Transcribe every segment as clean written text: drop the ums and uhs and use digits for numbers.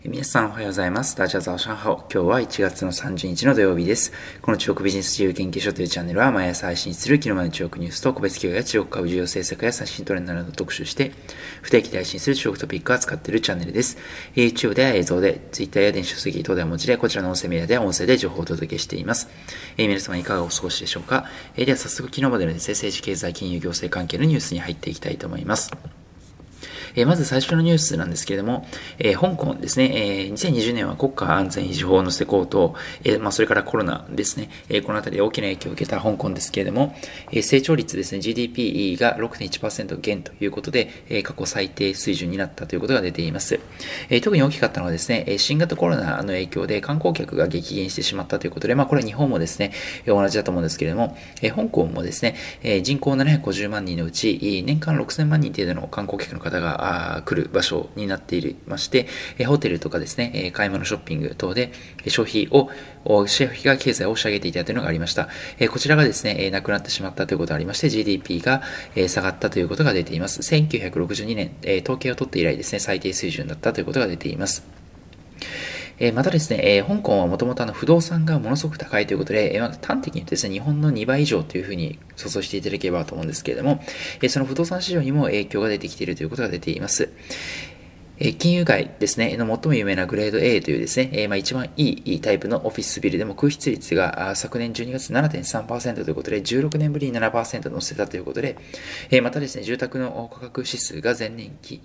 皆さんおはようございます。大家早上好。今日は1月の30日の土曜日です。この中国ビジネス自由研究所というチャンネルは毎朝配信する昨日までの中国ニュースと個別企業や中国株重要政策や最新トレンドなどを特集して不定期で配信する中国トピックを扱っているチャンネルです。YouTube では映像で、Twitter や電子書籍等では文字で、こちらの音声メディアでは音声で情報をお届けしています。皆様いかがお過ごしでしょうか。では早速昨日までのですね、政治経済金融行政関係のニュースに入っていきたいと思います。まず最初のニュースなんですけれども、香港ですね、2020年は国家安全維持法の施行と、それからコロナですね、このあたりで大きな影響を受けた香港ですけれども、成長率ですね、GDP が 6.1% 減ということで、過去最低水準になったということが出ています。特に大きかったのはですね、新型コロナの影響で観光客が激減してしまったということで、これは日本もですね、同じだと思うんですけれども、香港もですね、人口750万人のうち、年間6000万人程度の観光客の方が来る場所になっていまして、ホテルとかですね、買い物ショッピング等で消費が経済を押し上げていたというのがありました。こちらがですね、なくなってしまったということがありまして、GDP が下がったということが出ています。1962年、統計を取って以来ですね、最低水準だったということが出ています。またですね、香港はもともと不動産がものすごく高いということで、端的に言うとですね、日本の2倍以上というふうに想像していただければと思うんですけれども、その不動産市場にも影響が出てきているということが出ています。金融街ですね、の最も有名なグレード A というですね、一番いいタイプのオフィスビルでも空室率が昨年12月 7.3% ということで、16年ぶりに 7% 乗せたということで、またですね、住宅の価格指数が前年比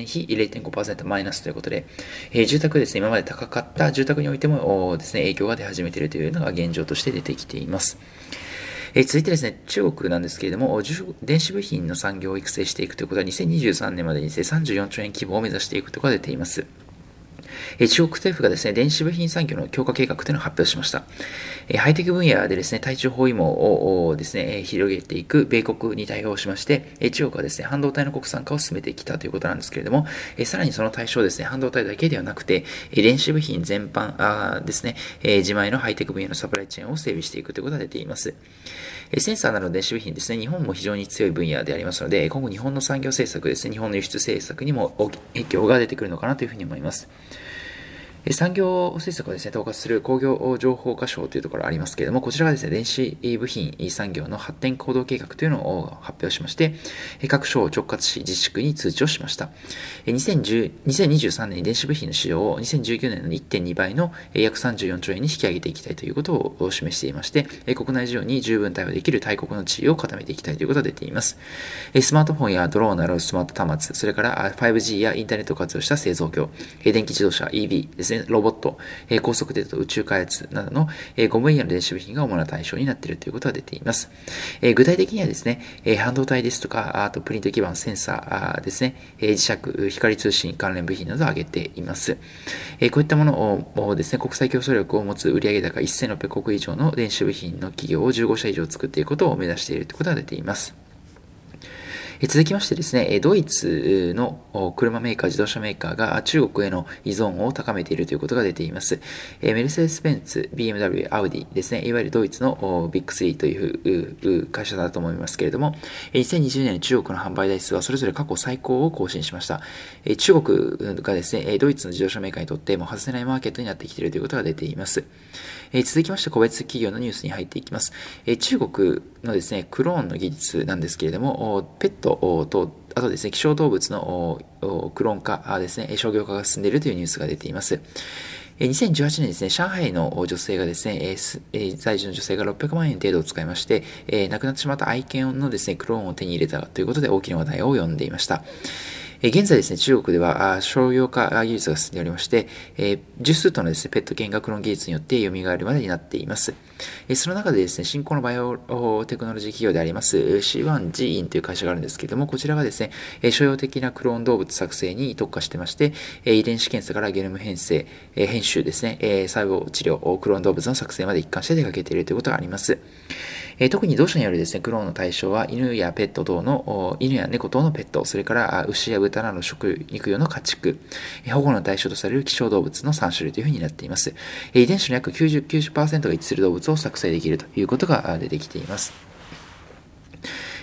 0.5% マイナスということで、住宅ですね、今まで高かった住宅においてもですね、影響が出始めているというのが現状として出てきています。続いてですね、中国なんですけれども、電子部品の産業を育成していくということは、2023年までにですね、34兆円規模を目指していくということが出ています。中国政府がですね、電子部品産業の強化計画というのを発表しました。ハイテク分野でですね、対中包囲網をですね、広げていく米国に対応しまして、中国はですね、半導体の国産化を進めてきたということなんですけれども、さらにその対象をですね、半導体だけではなくて、電子部品全般ですね、自前のハイテク分野のサプライチェーンを整備していくということが出ています。センサーなどの電子部品ですね、日本も非常に強い分野でありますので、今後日本の産業政策ですね、日本の輸出政策にも影響が出てくるのかなというふうに思います。産業政策をですね、統括する工業情報化省というところがありますけれども、こちらがですね、電子部品産業の発展行動計画というのを発表しまして、各省を直轄し自治区に通知をしました。2023年に電子部品の市場を2019年の 1.2 倍の約34兆円に引き上げていきたいということを示していまして、国内需要に十分対応できる大国の地位を固めていきたいということが出ています。スマートフォンやドローンなどのスマート端末、それから 5G やインターネットを活用した製造業、電気自動車 EV ですね、ロボット、高速データと宇宙開発などの5分野の電子部品が主な対象になっているということが出ています。具体的にはですね、半導体ですとか、あとプリント基板センサーですね、磁石、光通信関連部品などを挙げています。こういったものをですね、国際競争力を持つ売上高1600億以上の電子部品の企業を15社以上作っていくことを目指しているということが出ています。続きましてですね、ドイツの車メーカー、自動車メーカーが中国への依存を高めているということが出ています。メルセデス・ベンツ、BMW、アウディですね、いわゆるドイツのビッグ3という会社だと思いますけれども、2020年中国の販売台数はそれぞれ過去最高を更新しました。中国がですね、ドイツの自動車メーカーにとっても外せないマーケットになってきているということが出ています。続きまして個別企業のニュースに入っていきます。中国のですね、クローンの技術なんですけれども、ペットと、あとですね、希少動物のクローン化ですね、商業化が進んでいるというニュースが出ています。2018年ですね、上海の女性がですね、在住の女性が600万円程度を使いまして、亡くなってしまった愛犬のですね、クローンを手に入れたということで大きな話題を呼んでいました。現在ですね、中国では商用化技術が進んでおりまして、十数頭のですね、ペット犬がクローン技術によって蘇るまでになっています。その中でですね、新興のバイオテクノロジー企業であります C1 ジーンという会社があるんですけれども、こちらがですね、商用的なクローン動物作成に特化してまして、遺伝子検査からゲノム編成、編集ですね、細胞治療、クローン動物の作成まで一貫して出かけているということがあります。特に同社によるですね、クローンの対象は犬や猫等のペット、それから牛や豚などの食肉用の家畜、保護の対象とされる希少動物の3種類というふうになっています。遺伝子の約 90% が一致する動物を作成できるということが出てきています。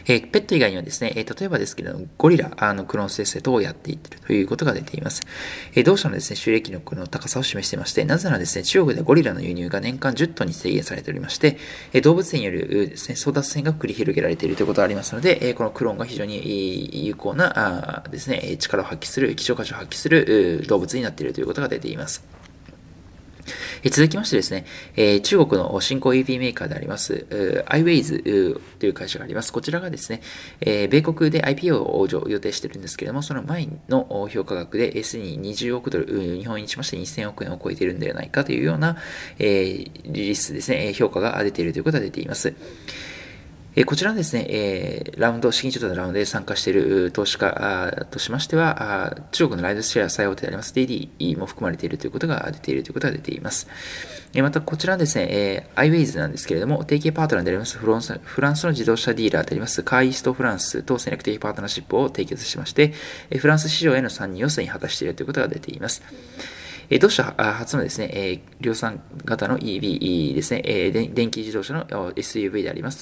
ペット以外にはですね、例えばですけれども、ゴリラのクローン生成等をやっていっているということが出ています。同社のですね、収益の高さを示していまして、なぜならですね、中国ではゴリラの輸入が年間10トンに制限されておりまして、動物園によるですね、争奪戦が繰り広げられているということがありますので、このクローンが非常に有効なですね、力を発揮する、希少価値を発揮する動物になっているということが出ています。続きましてですね、中国の新興 EV メーカーであります、iWays という会社があります。こちらがですね、米国で IPO を予定しているんですけれども、その前の評価額ですでに20億ドル、日本円にしまして2000億円を超えているんではないかというような、リリースですね、評価が出ているということが出ています。こちらのですね、資金調達のラウンドで参加している投資家としましては、中国のライドシェア最大手であります DD も含まれているということが出ているということが出ています。また、こちらですね、iWays なんですけれども、提携パートナーでありますフランスの自動車ディーラーでありますカーイーストフランスと戦略的パートナーシップを締結しまして、フランス市場への参入をすでに果たしているということが出ています。同社初のですね、量産型の EV ですね、電気自動車の SUV であります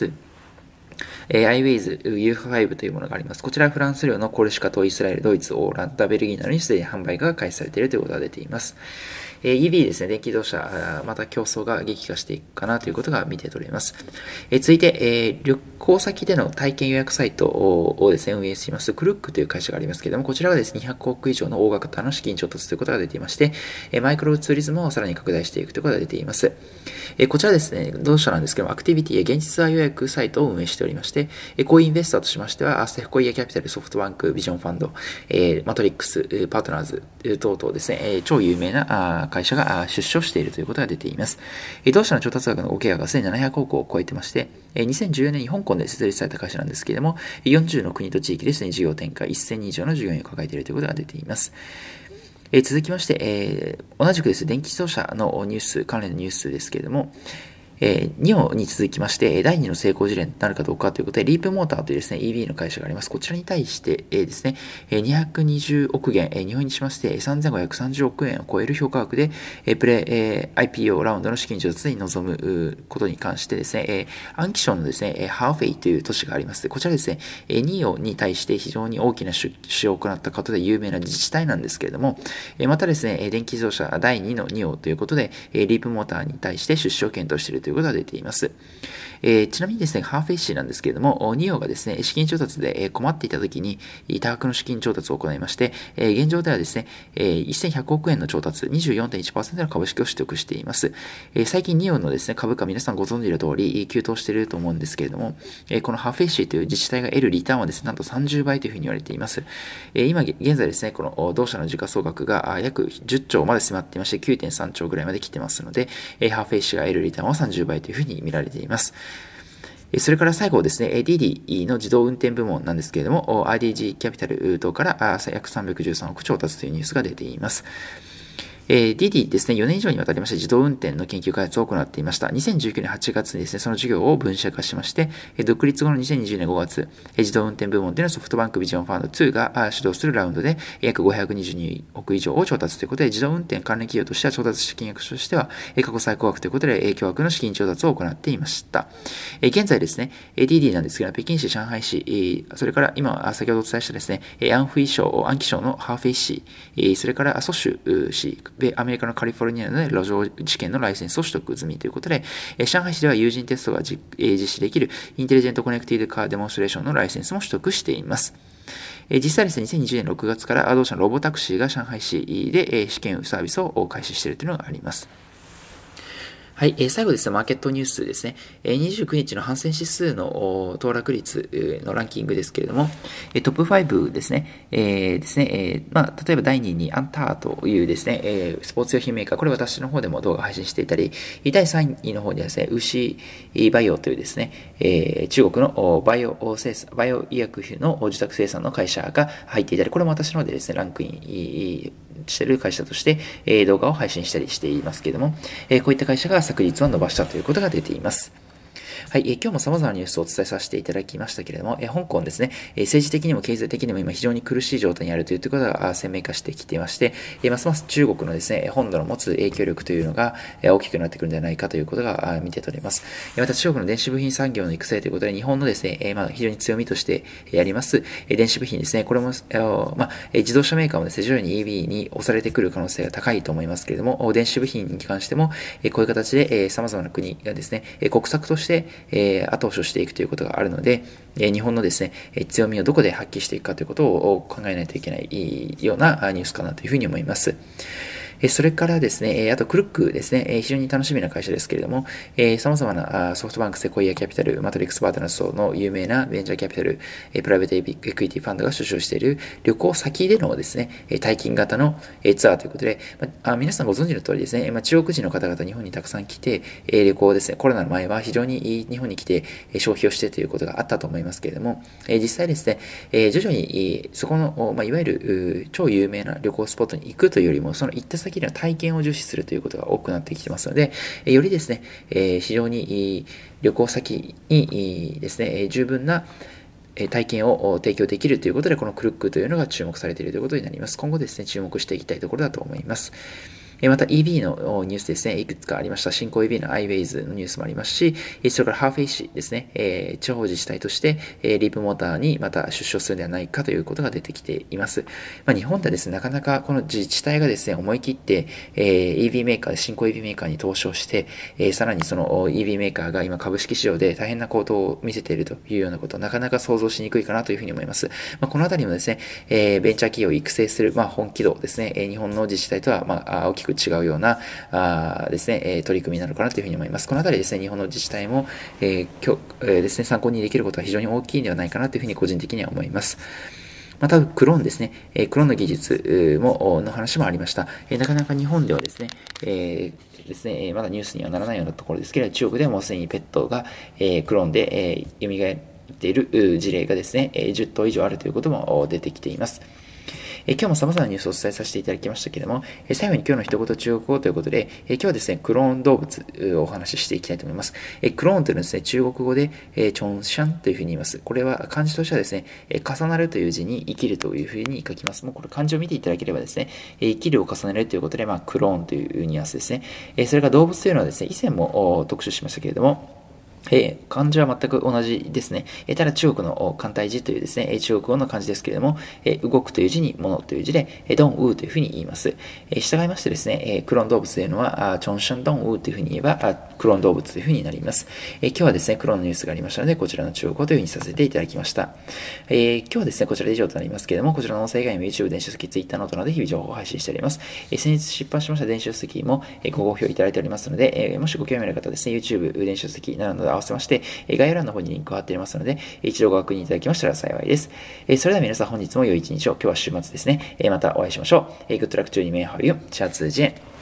。iWays U5 というものがあります。こちらはフランス領のコルシカとイスラエル、ドイツ、オランダ、ベルギーなどにすでに販売が開始されているということが出ています。EV ですね、電気自動車、また競争が激化していくかなということが見て取れます。続いて、旅行先での体験予約サイトをですね、運営しています、クルックという会社がありますけれども、こちらはですね、200億以上の大型の資金調達ということが出ていまして、マイクロツーリズムをさらに拡大していくということが出ています。こちらですね、同社なんですけども、アクティビティや現実ツアー予約サイトを運営しておりまして、コインインベスターとしましては、セフコイアキャピタル、ソフトバンク、ビジョンファンド、マトリックス、パートナーズ等々ですね、超有名な会社が出資しているということが出ています。同社の調達額の合計額がすでに700億を超えてまして、2014年に香港で設立された会社なんですけれども、40の国と地域ですでに事業展開、1000人以上の従業員を抱えているということが出ています。続きまして、同じくですね、電気自動車のニュース、関連のニュースですけれども、ニオに続きまして、第2の成功事例になるかどうかということで、リープモーターというですね、EV の会社があります。こちらに対してですね、220億元、日本円にしまして3530億円を超える評価額で、IPO ラウンドの資金調達に臨むことに関してですね、安徽省のですね、ハーフェイという都市があります。こちらですね、ニオに対して非常に大きな出資を行ったことで有名な自治体なんですけれども、またですね、電気自動車第2のニオということで、リープモーターに対して出資を検討しているということが出ています。ちなみにですね、ハーフェイシーなんですけれども、ニオがですね、資金調達で困っていたときに多額の資金調達を行いまして、現状ではですね、1100億円の調達、24.1% の株式を取得しています。最近ニオのですね、株価皆さんご存知の通り、急騰していると思うんですけれども、このハーフェイシーという自治体が得るリターンはですね、なんと30倍というふうに言われています。今現在ですね、この同社の時価総額が約10兆まで迫っていまして、9.3 兆ぐらいまで来てますので、ハーフェイシーが得るリターンは30倍というふうに見られています。それから最後ですね、DD の自動運転部門なんですけれども、IDG キャピタル等から約313億調達というニュースが出ています。DD ですね、4年以上にわたりまして自動運転の研究開発を行っていました。2019年8月にですね、その事業を分社化しまして、独立後の2020年5月、自動運転部門でのソフトバンクビジョンファンド2が主導するラウンドで約522億以上を調達ということで、自動運転関連企業としては調達資金額としては過去最高額ということで、巨額の資金調達を行っていました。現在ですね、DD なんですけど、北京市、上海市、それから今、先ほどお伝えしたですね、安徽省のハーフェイ市、それから蘇州市、アメリカのカリフォルニアで路上試験のライセンスを取得済みということで、上海市では有人テストが実施できるインテリジェントコネクティブカーデモンストレーションのライセンスも取得しています。実際ですね、2020年6月から同社のロボタクシーが上海市で試験サービスを開始しているというのがあります。はい、最後ですね、マーケットニュースですね。29日の反戦指数の騰落率のランキングですけれども、トップ5ですね、例えば第2位にアンターというですね、スポーツ用品メーカー、これ私の方でも動画配信していたり、第3位の方にはですね、ウシバイオというですね、中国のバイオ医薬品の受託生産の会社が入っていたり、これも私の方でですね、ランクインしている会社として、動画を配信したりしていますけれども、こういった会社が昨日は伸ばしたということが出ています。 はい、今日も様々なニュースをお伝えさせていただきましたけれども、香港ですね、政治的にも経済的にも今非常に苦しい状態にあるということが鮮明化してきていまして、ますます中国のですね、本土の持つ影響力というのが大きくなってくるんじゃないかということが見て取れます。また中国の電子部品産業の育成ということで、日本のですね、非常に強みとしてあります、電子部品ですね、これも、自動車メーカーもですね、徐々に EV に押されてくる可能性が高いと思いますけれども、電子部品に関しても、こういう形で様々な国がですね、国策として後押しをしていくということがあるので、日本のですね、強みをどこで発揮していくかということを考えないといけないようなニュースかなというふうに思います。それからですね、あとクルックですね、非常に楽しみな会社ですけれども、様々なソフトバンク、セコイアキャピタル、マトリックスパートナーズの有名なベンチャーキャピタル、プライベートエクイティファンドが出資している旅行先でのですね、体験型のツアーということで、皆さんご存知の通りですね、中国人の方々日本にたくさん来て、旅行ですね、コロナの前は非常に日本に来て消費をしてということがあったと思いますけれども、実際ですね、徐々にそこの、いわゆる超有名な旅行スポットに行くというよりも、その行った先での体験を重視するということが多くなってきてますので、よりですね、非常に旅行先にですね、十分な体験を提供できるということで、このクルックというのが注目されているということになります。今後ですね、注目していきたいところだと思います。また EV のニュースですね、いくつかありました。新興 EV の iWays のニュースもありますし、それからハーフェイ市ですね、地方自治体として、リープモーターにまた出資するのではないかということが出てきています。日本ではですね、なかなかこの自治体がですね、思い切って、EV メーカー、新興 EV メーカーに投資をして、さらにその EV メーカーが今株式市場で大変な高騰を見せているというようなことはなかなか想像しにくいかなというふうに思います。このあたりもですね、ベンチャー企業を育成する、本気度ですね、日本の自治体とは大きく違うようなですね、取り組みなのかなというふうに思います。このあたりですね、日本の自治体も、ですね、参考にできることは非常に大きいんではないかなというふうに個人的には思います。また、クローンですね。クローンの技術の話もありました。なかなか日本ではですね、まだニュースにはならないようなところですけれど、中国ではもうすでにペットが、クローンで、蘇っている事例がですね、10頭以上あるということも出てきています。今日も様々なニュースをお伝えさせていただきましたけれども、最後に今日の一言中国語ということで、今日はですね、クローン動物をお話ししていきたいと思います。クローンというのはですね、中国語で、チョンシャンというふうに言います。これは漢字としてはですね、重なるという字に生きるというふうに書きます。もうこれ漢字を見ていただければですね、生きるを重ねるということで、クローンというニュアンスですね。それから動物というのはですね、以前も特集しましたけれども、漢字は全く同じですね。ただ中国の簡体字というですね、中国語の漢字ですけれども、動くという字に物という字で、ドンウーというふうに言います。従いましてですね、クローン動物というのは、チョンシャンドンウーというふうに言えば、クローン動物というふうになります。今日はですね、クローンのニュースがありましたので、こちらの中国語というふうにさせていただきました。今日はですね、こちらで以上となりますけれども、こちらの音声以外にも YouTube、電子書籍、Twitter ノートなどで日々情報を配信しております。先日出版しました電子書籍もご好評いただいておりますので、もしご興味ある方はですね、YouTube、電子書籍などで合わせまして、概要欄の方にリンクを貼っていますので、一度ご確認いただきましたら幸いです。それでは皆さん本日も良い一日を、今日は週末ですね。またお会いしましょう。Good luck to you, may have you. 下次见。